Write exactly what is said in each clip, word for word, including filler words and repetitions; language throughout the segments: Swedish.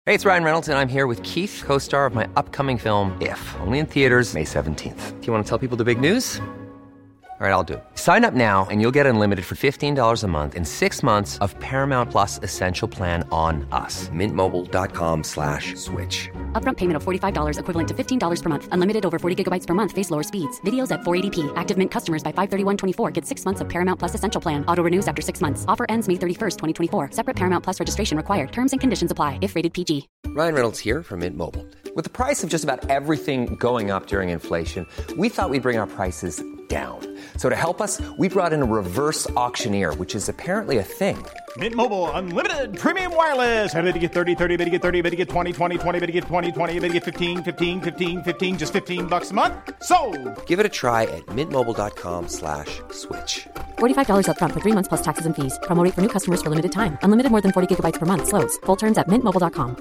Hey, it's Ryan Reynolds, and I'm here with Keith, co-star of my upcoming film, If, only in theaters May seventeenth. Do you want to tell people the big news? All right, I'll do it. Sign up now and you'll get unlimited for fifteen dollars a month and six months of Paramount Plus Essential Plan on us. Mint Mobile dot com slash switch. Upfront payment of forty-five dollars equivalent to fifteen dollars per month. Unlimited over forty gigabytes per month. Face lower speeds. Videos at four eighty p. Active Mint customers by five thirty-one twenty-four get six months of Paramount Plus Essential Plan. Auto renews after six months. Offer ends May thirty-first, twenty twenty-four. Separate Paramount Plus registration required. Terms and conditions apply if rated P G. Ryan Reynolds here from Mint Mobile. With the price of just about everything going up during inflation, we thought we'd bring our prices down. So to help us, we brought in a reverse auctioneer, which is apparently a thing. Mint Mobile Unlimited Premium Wireless. How to get thirty, thirty, how to get thirty, how to get twenty, twenty, twenty, how to get twenty, twenty, how to get fifteen, fifteen, fifteen, fifteen, just fifteen bucks a month? Sold! Give it a try at mintmobile.com slash switch. forty-five dollars up front for three months plus taxes and fees. Promo rate for new customers for limited time. Unlimited more than forty gigabytes per month. Slows full terms at mint mobile dot com.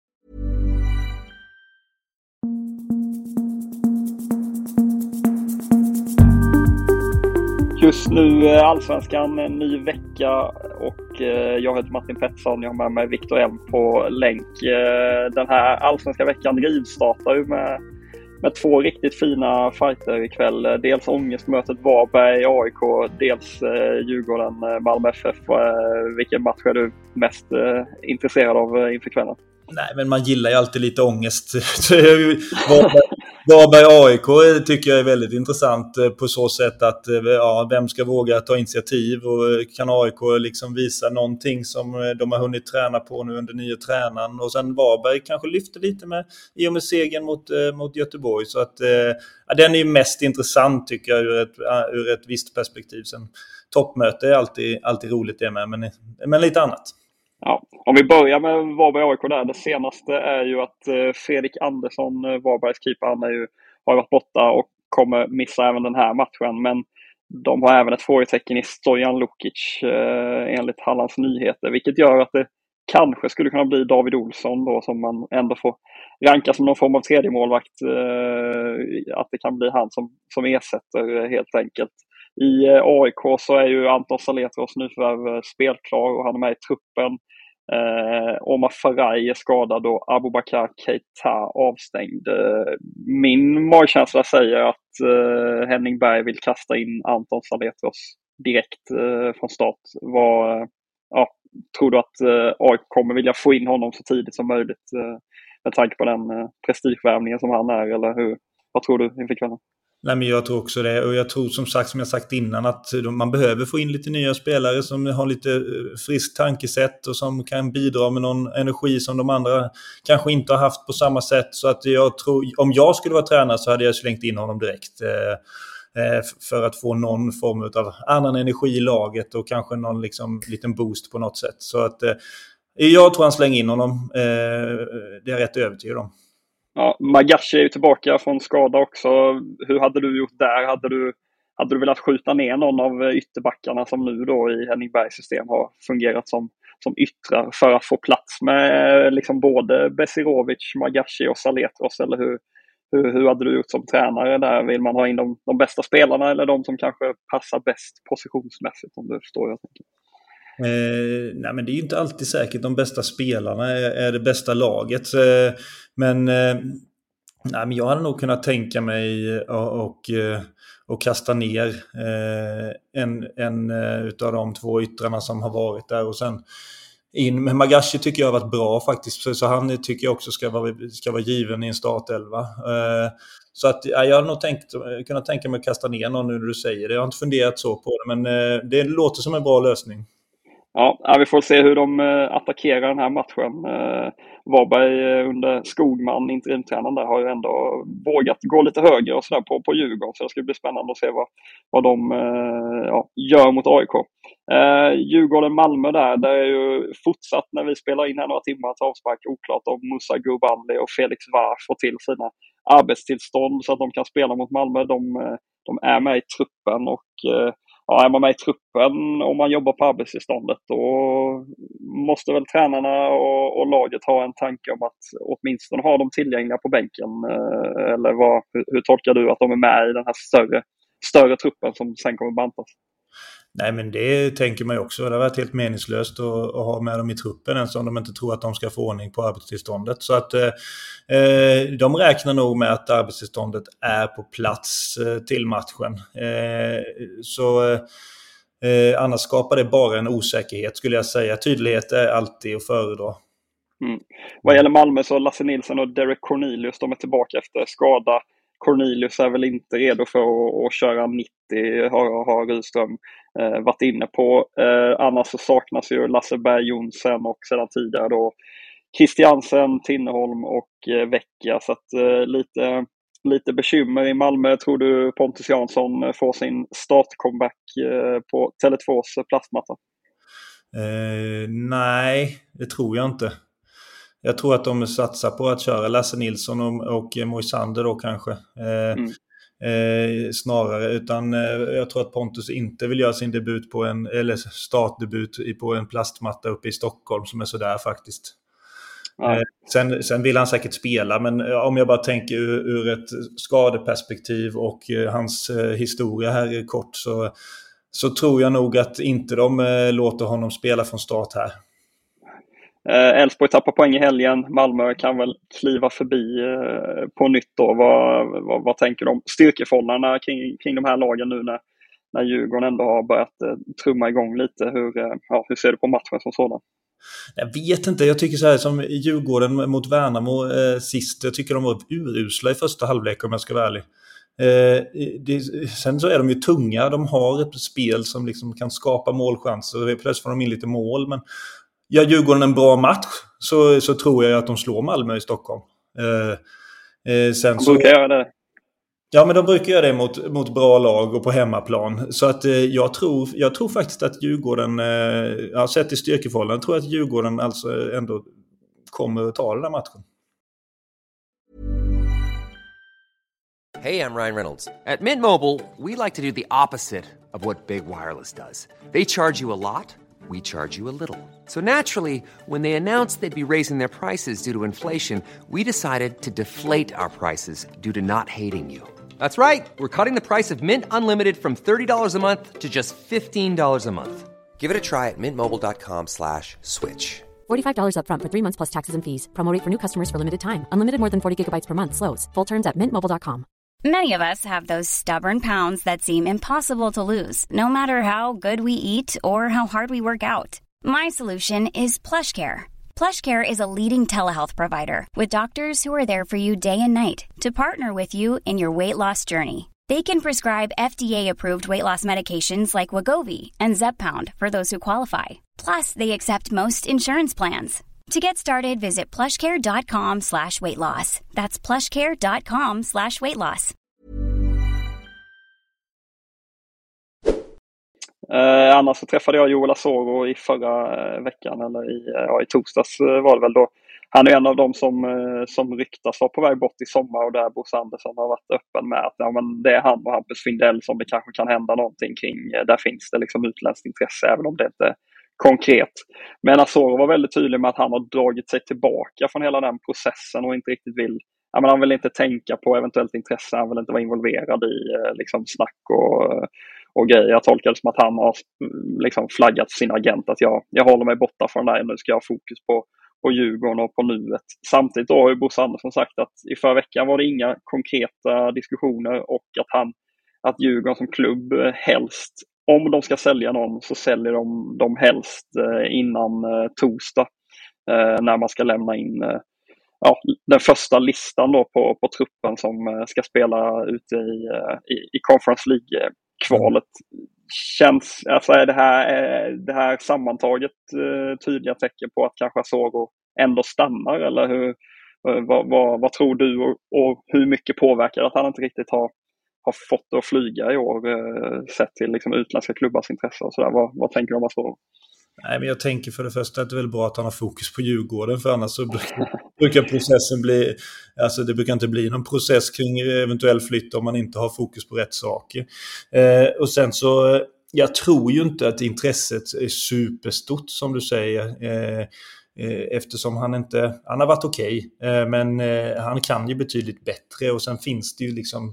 Just nu Allsvenskan, en ny vecka och jag heter Martin Pettersson. Jag har med mig Viktor Elm på länk. Den här Allsvenska veckan rivstartar ju med, med två riktigt fina fighter ikväll. Dels ångestmötet Varberg A I K, dels Djurgården Malmö F F. Vilken match är du mest intresserad av inför kvällen? Nej, men man gillar ju alltid lite ångest. Varberg A I K tycker jag är väldigt intressant på så sätt att ja, vem ska våga ta initiativ och kan A I K liksom visa någonting som de har hunnit träna på nu under nya tränaren. Och sen Varberg kanske lyfter lite med i och med segern mot, mot Göteborg. Så att ja, den är ju mest intressant tycker jag ur ett, ur ett visst perspektiv. Sen toppmöte är alltid, alltid roligt det med, men, men lite annat. Ja, om vi börjar med Varberg A I K där. Det senaste är ju att Fredrik Andersson, Varbergs keeper, han är ju, har varit borta och kommer missa även den här matchen. Men de har även ett frågetecken i Stojan Lukic eh, enligt Hallands Nyheter. Vilket gör att det kanske skulle kunna bli David Olsson då, som man ändå får ranka som någon form av tredje målvakt. Eh, att det kan bli han som, som ersätter helt enkelt. I A I K så är ju Anton Saletros nyförvärv spelklar och han är med i truppen. Eh, Omar Faraj är skadad och Abubakar Keita avstängd. Eh, min magkänsla säger att eh, Henning Berg vill kasta in Anton Saletros direkt eh, från start. Var, eh, ja, tror du att eh, A I K kommer vilja få in honom så tidigt som möjligt eh, med tanke på den eh, prestigevärvningen som han är, eller hur? Vad tror du inför kvällen? Nej, men jag tror också det, och jag tror som sagt som jag sagt innan att man behöver få in lite nya spelare som har lite friskt tankesätt och som kan bidra med någon energi som de andra kanske inte har haft på samma sätt. Så att jag tror, om jag skulle vara tränare så hade jag slängt in honom direkt eh, för att få någon form av annan energi i laget och kanske någon liksom liten boost på något sätt. Så att eh, jag tror han slänger in honom, eh, det är jag rätt övertygad om. Ja, Magashi är ju tillbaka från skada också. Hur hade du gjort där? Hade du, hade du velat skjuta ner någon av ytterbackarna som nu då i Henning Bergs system har fungerat som, som yttrar för att få plats med liksom både Besirovic, Magashi och Saletros? Eller hur, hur, hur hade du gjort som tränare där? Vill man ha in de, de bästa spelarna eller de som kanske passar bäst positionsmässigt, om du förstår jag tänker? Eh, nej, men det är ju inte alltid säkert de bästa spelarna är, är det bästa laget. Eh, men, eh, nej, men jag hade nog kunnat tänka mig och, och, och kasta ner eh, en, en utav de två yttrarna som har varit där och sen in. Men Magashi tycker jag har varit bra faktiskt, så, så han tycker jag också ska vara, ska vara given i en startelva. Eh, Så att, ja, jag har nog tänkt, kunnat tänka mig att kasta ner någon nu när du säger det. Jag har inte funderat så på det, men eh, det låter som en bra lösning. Ja, vi får se hur de attackerar den här matchen. Varberg under Skogman, interimtränaren där, har ju ändå vågat gå lite högre och sådär på, på Djurgården. Så det ska bli spännande att se vad, vad de ja, gör mot A I K. Eh, Djurgården-Malmö där, där är ju fortsatt när vi spelar in här några timmar till avspark oklart om Musa Gurbanli och Felix Var får till sina arbetstillstånd så att de kan spela mot Malmö. De, de är med i truppen och eh, ja, är man med i truppen om man jobbar på arbetstillståndet, då måste väl tränarna och, och laget ha en tanke om att åtminstone ha dem tillgängliga på bänken. Eller vad, hur, hur tolkar du att de är med i den här större, större truppen som sen kommer bantas? Nej, men det tänker man ju också. Det har varit helt meningslöst att, att ha med dem i truppen ens om de inte tror att de ska få ordning på arbetstillståndet. Så att eh, de räknar nog med att arbetstillståndet är på plats eh, till matchen. Eh, så eh, annars skapar det bara en osäkerhet skulle jag säga. Tydlighet är alltid att föredra. Mm. Vad gäller Malmö så Lasse Nilsson och Derek Cornelius, de är tillbaka efter skada. Cornelius är väl inte redo för att, att köra nittio, har, har Rydström eh, varit inne på. Eh, annars så saknas ju Lasse Berg Jonsson och sedan tidigare då Christiansen, Tinnerholm och eh, Vecchia. Så att eh, lite, lite bekymmer i Malmö. Tror du Pontus Jansson får sin startcomeback eh, på Tele tvås plastmatta? Eh, nej, det tror jag inte. Jag tror att de satsar på att köra Lasse Nilsson och, och Moisander då kanske. Eh, mm. eh, snarare. Utan eh, jag tror att Pontus inte vill göra sin debut på en, eller startdebut på en plastmatta uppe i Stockholm som är sådär faktiskt. Ja. Eh, sen, sen vill han säkert spela, men om jag bara tänker ur, ur ett skadeperspektiv och eh, hans eh, historia här är kort så, så tror jag nog att inte de eh, låter honom spela från start här. Elfsborg tappar poäng i helgen. Malmö kan väl kliva förbi eh, på nytt då. Vad, vad, vad tänker du om styrkeförhållandena kring, kring de här lagen nu när, när Djurgården ändå har börjat eh, trumma igång lite? Hur, eh, ja, hur ser du på matchen som sådan? Jag vet inte, jag tycker så här som Djurgården mot Värnamo eh, sist. Jag tycker de var urusla i första halvlek om jag ska vara ärlig. Eh, det, sen så är de ju tunga. De har ett spel som liksom kan skapa målchanser. Plötsligt får de in lite mål, men gör Djurgården en bra match så, så tror jag att de slår Malmö i Stockholm. Eh, eh, sen de brukar så, göra det. Ja, men de brukar göra det mot, mot bra lag och på hemmaplan. Så att eh, jag, tror, jag tror faktiskt att Djurgården, eh, ja, sett i styrkeförhållanden, tror jag att Djurgården alltså ändå kommer att ta den här matchen. Hey, I'm Ryan Reynolds. At Mint Mobile, we like to do the opposite of what Big Wireless does. They charge you a lot. We charge you a little. So naturally, when they announced they'd be raising their prices due to inflation, we decided to deflate our prices due to not hating you. That's right. We're cutting the price of Mint Unlimited from thirty dollars a month to just fifteen dollars a month. Give it a try at mintmobile.com slash switch. forty-five dollars up front for three months plus taxes and fees. Promo rate for new customers for limited time. Unlimited more than forty gigabytes per month slows. Full terms at mint mobile dot com. Many of us have those stubborn pounds that seem impossible to lose, no matter how good we eat or how hard we work out. My solution is PlushCare. PlushCare is a leading telehealth provider with doctors who are there for you day and night to partner with you in your weight loss journey. They can prescribe F D A-approved weight loss medications like Wegovy and Zepbound for those who qualify. Plus, they accept most insurance plans. To get started, visit plushcare.com slash weight loss. That's plushcare.com slash weight loss. Eh, annars så träffade jag Joel Asoro i förra eh, veckan, eller i, eh, ja, i torsdags eh, var det väl då. Han är en av dem som, eh, som ryktas vara på väg bort i sommar, och där Bosse Andersson har varit öppen med att ja, men det är han och Hampus Findell som det kanske kan hända någonting kring. Där finns det liksom utländskt intresse, även om det inte är konkret. Men Asoro var väldigt tydlig med att han har dragit sig tillbaka från hela den processen och inte riktigt vill, ja, men han vill inte tänka på eventuellt intresse, han vill inte vara involverad i liksom snack och, och grejer. Jag tolkar det som att han har liksom flaggat sin agent att jag, jag håller mig borta från det här, nu ska jag ha fokus på, på Djurgården och på nuet. Samtidigt då har ju Bosse Andersson sagt att i förra veckan var det inga konkreta diskussioner, och att han att Djurgården som klubb helst, om de ska sälja någon, så säljer de, de helst eh, innan eh, torsdag eh, när man ska lämna in eh, ja, den första listan då på, på truppen som eh, ska spela ute i, eh, i, i Conference League-kvalet. Känns, alltså är det här, är det här sammantaget eh, tydliga tecken på att kanske Asoro ändå stannar, eller hur, eh, vad, vad, vad tror du, och, och hur mycket påverkar att han inte riktigt har har fått att flyga i år eh, sett till liksom utländska klubbars intresse och sådär. Vad, vad tänker du om Asoro? Nej, men jag tänker för det första att det är väl bra att han har fokus på Djurgården, för annars så brukar, brukar processen bli, alltså det brukar inte bli någon process kring eventuell flytt om man inte har fokus på rätt saker. Eh, och sen så, jag tror ju inte att intresset är superstort som du säger, eh, eftersom han inte, han har varit okej, okay, men han kan ju betydligt bättre, och sen finns det ju liksom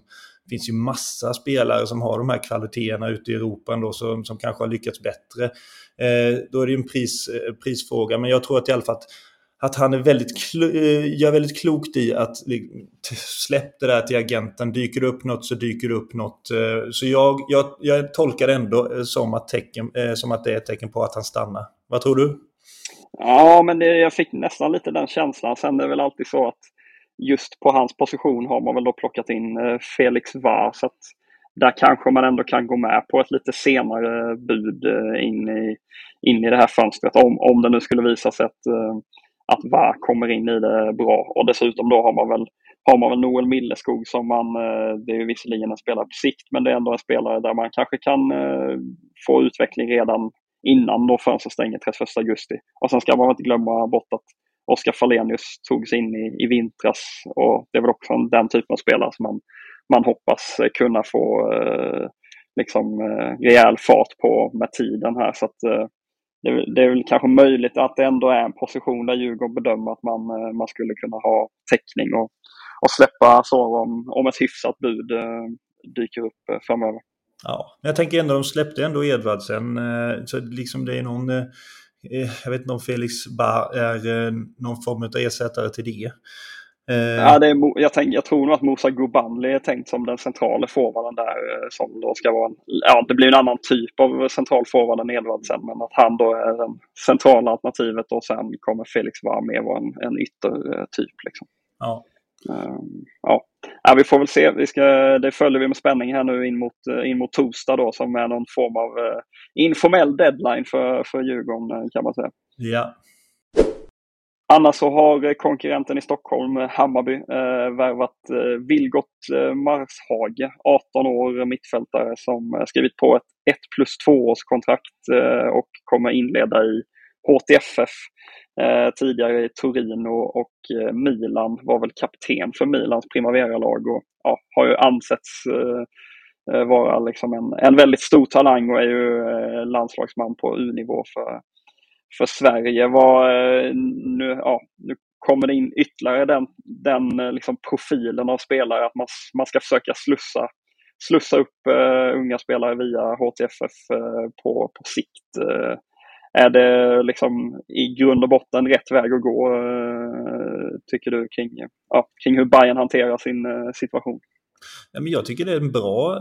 det finns ju massa spelare som har de här kvaliteterna ute i Europa ändå, som, som kanske har lyckats bättre. Eh, då är det ju en pris, eh, prisfråga, men jag tror att i alla fall att, att han är väldigt klo- gör väldigt klokt i att släpp det där till agenten. Dyker det upp något så dyker det upp något. Eh, så jag, jag, jag tolkar det ändå som att, tecken, eh, som att det är ett tecken på att han stannar. Vad tror du? Ja, men det, jag fick nästan lite den känslan. Sen är det väl alltid så att just på hans position har man väl då plockat in eh, Felix Var, så att där kanske man ändå kan gå med på ett lite senare bud eh, in, i, in i det här fönstret, om, om det nu skulle visa sig att, eh, att Var kommer in i det bra. Och dessutom då har man väl, har man väl Noel Milleskog som man, eh, det är ju visserligen en spelare på sikt, men det är ändå en spelare där man kanske kan eh, få utveckling redan innan då fönstret stänger trettioförsta augusti. Och sen ska man inte glömma bort att Oskar Falenius togs in i, i vintras, och det är väl också den typen av spelare som man, man hoppas kunna få eh, liksom eh, rejäl fart på med tiden här. Så att eh, det, det är väl kanske möjligt att det ändå är en position där Djurgården bedömer att man, eh, man skulle kunna ha täckning och, och släppa så om, om ett hyfsat bud eh, dyker upp eh, framöver. Ja, jag tänker ändå de släppte ändå Edvardsen, eh, så liksom det är någon... Eh, jag vet inte om Felix Ba är eh, någon form av ersättare till det. Eh. Ja, det är, jag, tänk, jag tror nog att Musa Gubbanli är tänkt som den centrala forwarden där, eh, som då ska vara en, ja, det blir en annan typ av central forward än Edvardsen, men att han då är den centrala alternativet, och sen kommer Felix Ba med vara en, en yttertyp liksom. Ja. Um, ja. Ja, vi får väl se. Vi ska, det följer vi med spänning här nu in mot, in mot torsdag då, som är någon form av uh, informell deadline för, för Djurgården, kan man säga. Ja. Annars så har konkurrenten i Stockholm, Hammarby, eh, värvat eh, Vilgot eh, Marshage, arton år, mittfältare, som eh, skrivit på ett ett plus två års kontrakt eh, och kommer inleda i H T F F. Eh, tidigare i Torino och eh, Milan, var väl kapten för Milans Primavera-lag, och ja, har ju ansetts eh, vara liksom en, en väldigt stor talang, och är ju eh, landslagsman på U-nivå för, för Sverige. Var, eh, nu, ja, nu kommer det in ytterligare den, den liksom profilen av spelare, att man, man ska försöka slussa, slussa upp eh, unga spelare via H T F F eh, på, på sikt. Eh, Är det liksom i grund och botten rätt väg att gå, tycker du, kring, ja, kring hur Bayern hanterar sin situation? Ja, men jag tycker det är en bra...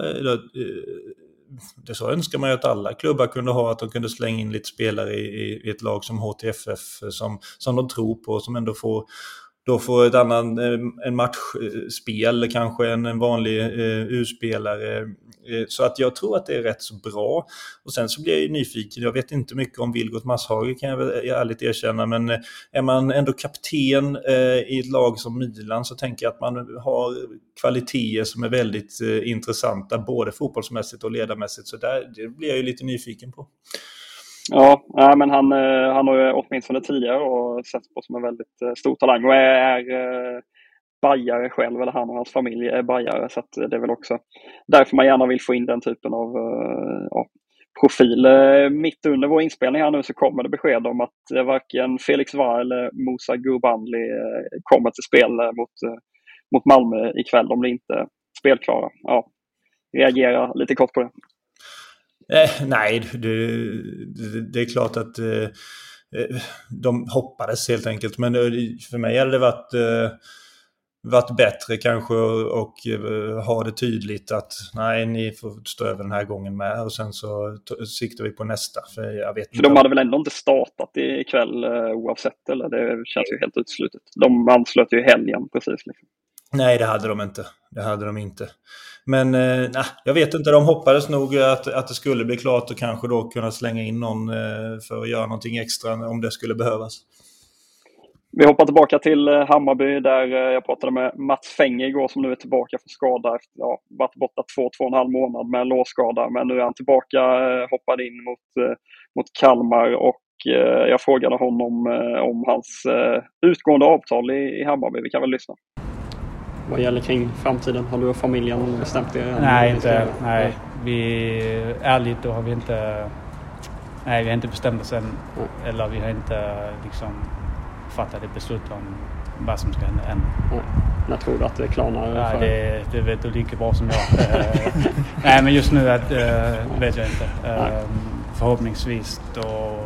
Det så önskar man ju att alla klubbar kunde ha, att de kunde slänga in lite spelare i, i ett lag som H T F F som, som de tror på, som ändå får... Då får ett annan en matchspel kanske än en vanlig eh, U-spelare. Så att jag tror att det är rätt så bra. Och sen så blir jag ju nyfiken. Jag vet inte mycket om Vilgot Marshage, kan jag väl ärligt erkänna. Men är man ändå kapten eh, i ett lag som Milan, så tänker jag att man har kvaliteter som är väldigt eh, intressanta. Både fotbollsmässigt och ledarmässigt. Så där, det blir jag ju lite nyfiken på. Ja, men han, han har ju åtminstone tidigare och sett på som en väldigt stor talang, och är, är bajare själv, eller han och hans familj är bajare, så att det är väl också därför man gärna vill få in den typen av ja, profil. Mitt under vår inspelning här nu så kommer det besked om att varken Felix Var eller Musa Gubbanli kommer till spel mot, mot Malmö ikväll. De blir inte spelklara. Ja, reagera lite kort på det. Eh, nej, det, det, det är klart att eh, de hoppades helt enkelt. Men för mig hade det varit, eh, varit bättre kanske och, och eh, ha det tydligt att nej, ni får stå över den här gången med. Och sen så t- siktar vi på nästa. För, jag vet för inte de hade väl ändå inte startat ikväll eh, oavsett, eller det känns ju helt utslutet. De anslöt ju i helgen precis liksom. Nej, det hade de inte. Det hade de inte. Men eh, nej, jag vet inte, de hoppades nog att, att det skulle bli klart och kanske då kunna slänga in någon eh, för att göra någonting extra om det skulle behövas. Vi hoppar tillbaka till Hammarby där jag pratade med Mats Fänger igår, som nu är tillbaka för skada efter ja, varit borta två, två och en halv månad med en låsskada. Men nu är han tillbaka, hoppade in mot, mot Kalmar, och jag frågade honom om hans utgående avtal i, i Hammarby. Vi kan väl lyssna. Vad gäller kring framtiden? Har du och familjen bestämt det? Nej, inte. Nej. Vi, ärligt då har vi inte... Nej, vi har inte bestämt oss än. Mm. Eller vi har inte liksom fattat ett beslut om vad som ska hända än. Ja. Jag tror att det klarnar. Ja, för... det, det vet du lika bra som jag. Nej, men just nu att, äh, vet jag inte. Äh, förhoppningsvis då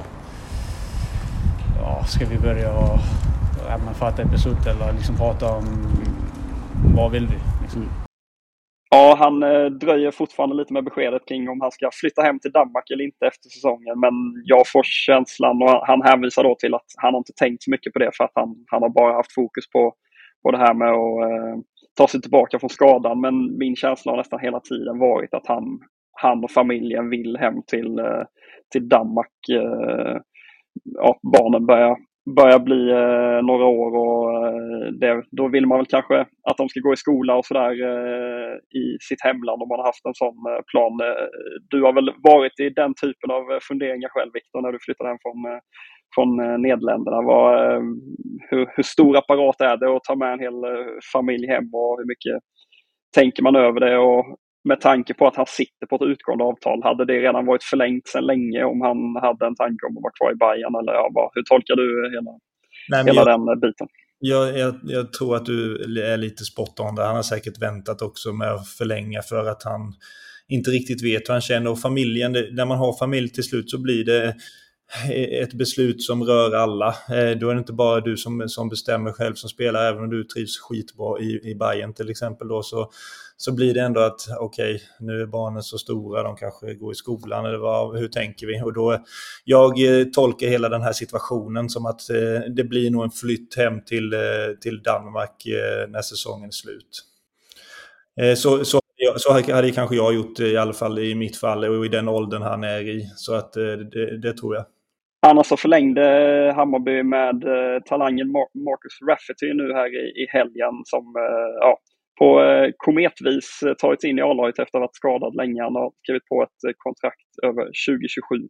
ja, ska vi börja och, ja, man fatta ett beslut eller liksom prata om vad vill vi. Liksom. Mm. Ja, han eh, dröjer fortfarande lite med beskedet kring om han ska flytta hem till Danmark eller inte efter säsongen. Men jag får känslan, och han hänvisar då till att han har inte tänkt så mycket på det för att han, han har bara haft fokus på, på det här med att eh, ta sig tillbaka från skadan. Men min känsla har nästan hela tiden varit att han, han och familjen vill hem till, eh, till Danmark. Eh, ja, barnen börjar börjar bli eh, några år och eh, det, då vill man väl kanske att de ska gå i skola och sådär eh, i sitt hemland om man har haft en sån eh, plan. Eh, du har väl varit i den typen av funderingar själv, Victor, när du flyttade hem från, eh, från eh, Nederländerna. Vad, eh, hur, hur stor apparat är det att ta med en hel eh, familj hem och hur mycket tänker man över det? Och med tanke på att han sitter på ett utgående avtal, hade det redan varit förlängt sedan länge om han hade en tanke om att vara kvar i Bayern? Eller ja, vad, hur tolkar du hela, Nej, hela jag, den biten? Jag, jag, jag tror att du är lite spot on där. Han har säkert väntat också med att förlänga för att han inte riktigt vet hur han känner. Och familjen, det, när man har familj till slut så blir det ett beslut som rör alla. Då är det inte bara du som, som bestämmer själv som spelar, även om du trivs skitbra i, i Bayern till exempel då, så, så blir det ändå att okej, okay, nu är barnen så stora, de kanske går i skolan eller vad, hur tänker vi? Och då, jag tolkar hela den här situationen som att eh, det blir nog en flytt hem till, eh, till Danmark eh, när säsongen är slut. Eh, så, så Så hade kanske jag gjort i alla fall i mitt fall och i den åldern han är i. Så att det, det tror jag. Annars så förlängde Hammarby med eh, talangen Marcus Rafferty nu här i, i helgen som eh, ja, på eh, kometvis tagits in i A-laget efter att ha varit skadad länge. Han har skrivit på ett eh, kontrakt över tjugo tjugosju.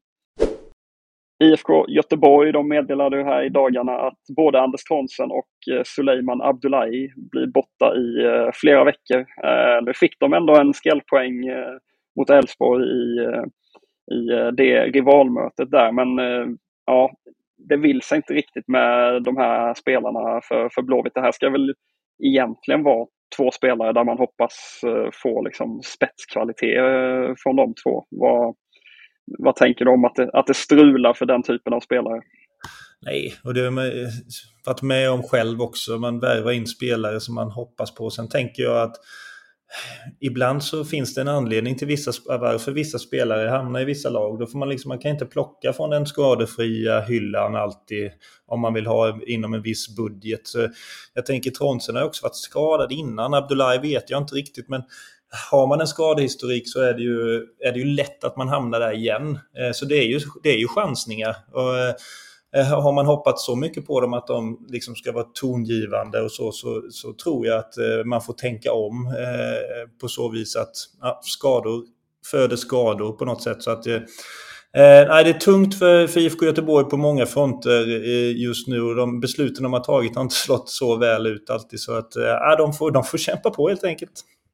I F K Göteborg, de meddelade här i dagarna att både Anders Thomsen och eh, Suleiman Abdullahi blir borta i eh, flera veckor. Eh, nu fick de ändå en skrällpoäng eh, mot Elfsborg i, eh, i eh, det rivalmötet där. Men eh, ja, det vill sig inte riktigt med de här spelarna för, för Blåvitt. Det här ska väl egentligen vara två spelare där man hoppas eh, få liksom, spetskvalitet eh, från de två. Vad, vad tänker du om att det, att det strular för den typen av spelare? Nej, och det har man varit med om själv också. Man värvar in spelare som man hoppas på. Sen tänker jag att ibland så finns det en anledning till vissa, varför vissa spelare hamnar i vissa lag. Då får man liksom, man kan inte plocka från den skadefria hyllan alltid om man vill ha inom en viss budget. Så jag tänker Thomsen har också varit skadad innan. Abdullahi vet jag inte riktigt, men har man en skadehistorik så är det ju, är det ju lätt att man hamnar där igen. Så det är ju, det är ju chansningar. Och har man hoppat så mycket på dem att de liksom ska vara tongivande och så, så, så tror jag att man får tänka om eh, på så vis att ja, skador föder skador på något sätt. Så att, eh, nej, det är tungt för, för I F K Göteborg på många fronter eh, just nu. Och de besluten de har tagit har inte slått så väl ut alltid. Så att eh, de, får, de får kämpa på helt enkelt.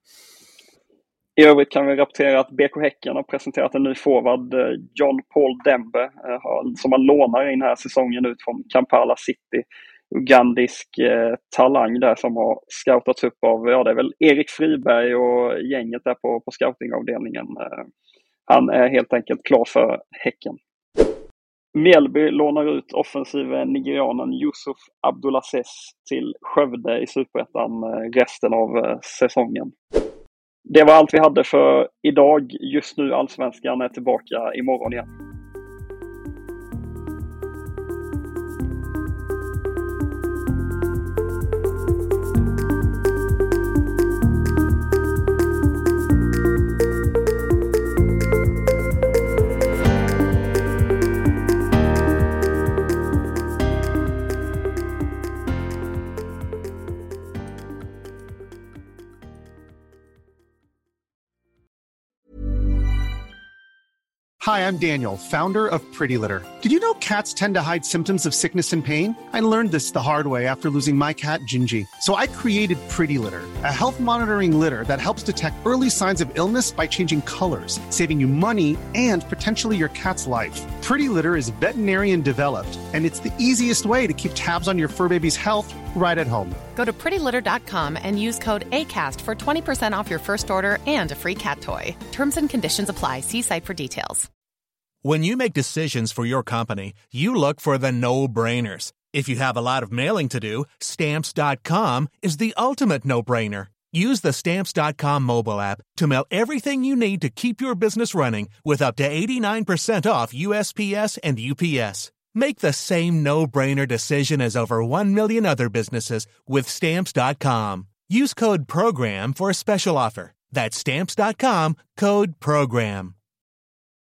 I övrigt kan vi rapportera att B K Häcken har presenterat en ny forward, John Paul Dembe, som man lånar in här säsongen ut från Kampala City. Ugandisk eh, talang där som har scoutats upp av, ja det är väl Erik Friberg och gänget där på, på scoutingavdelningen. Eh, han är helt enkelt klar för Häcken. Mjällby lånar ut offensiven nigerianen Yusuf Abdulaziz till Skövde i Superettan resten av säsongen. Det var allt vi hade för idag. Just nu Allsvenskan är tillbaka imorgon igen. Hi, I'm Daniel, founder of Pretty Litter. Did you know cats tend to hide symptoms of sickness and pain? I learned this the hard way after losing my cat, Gingy. So I created Pretty Litter, a health monitoring litter that helps detect early signs of illness by changing colors, saving you money and potentially your cat's life. Pretty Litter is veterinarian developed, and it's the easiest way to keep tabs on your fur baby's health right at home. Go to pretty litter dot com and use code ACAST for twenty percent off your first order and a free cat toy. Terms and conditions apply. See site for details. When you make decisions for your company, you look for the no-brainers. If you have a lot of mailing to do, Stamps dot com is the ultimate no-brainer. Use the Stamps dot com mobile app to mail everything you need to keep your business running with up to eighty-nine percent off U S P S and U P S. Make the same no-brainer decision as over one million other businesses with Stamps dot com. Use code PROGRAM for a special offer. That's Stamps dot com, code PROGRAM.